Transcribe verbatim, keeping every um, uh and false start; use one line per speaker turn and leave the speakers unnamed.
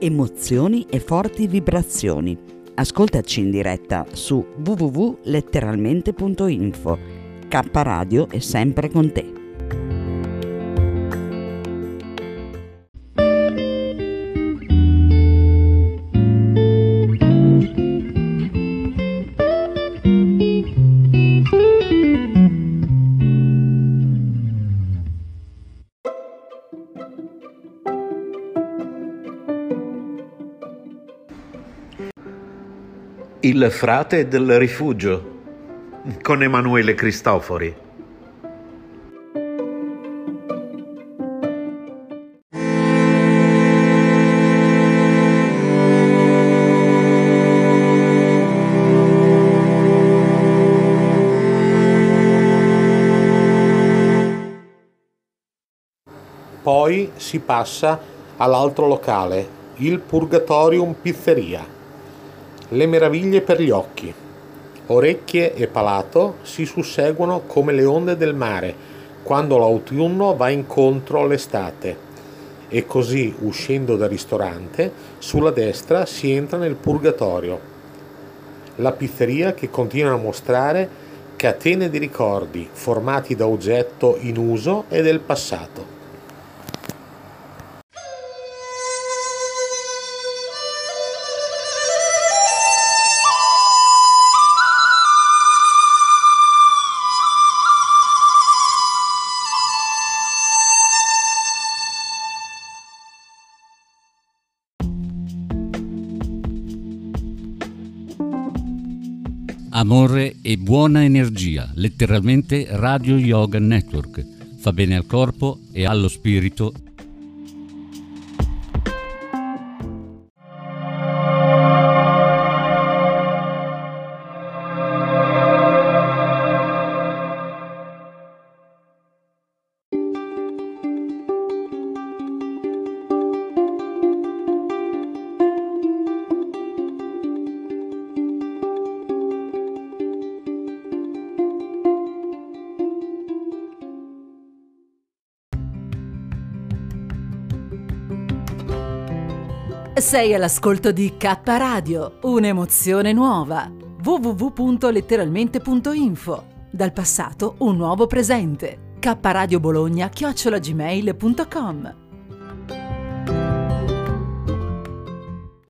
emozioni e forti vibrazioni. Ascoltaci in diretta su w w w punto letteralmente punto info. K Radio è sempre con te.
Il frate del rifugio con Emanuele Cristofori.
Poi si passa all'altro locale, il Purgatorium Pizzeria. Le meraviglie per gli occhi. Orecchie e palato si susseguono come le onde del mare quando l'autunno va incontro all'estate. E così, uscendo dal ristorante, sulla destra si entra nel Purgatorio. La pizzeria che continua a mostrare catene di ricordi formati da oggetto in uso e del passato.
Amore e buona energia, letteralmente Radio Yoga Network. Fa bene al corpo e allo spirito.
Sei all'ascolto di K Radio, un'emozione nuova. w w w punto letteralmente punto info. Dal passato un nuovo presente. K Radio Bologna chiocciola gmail punto com.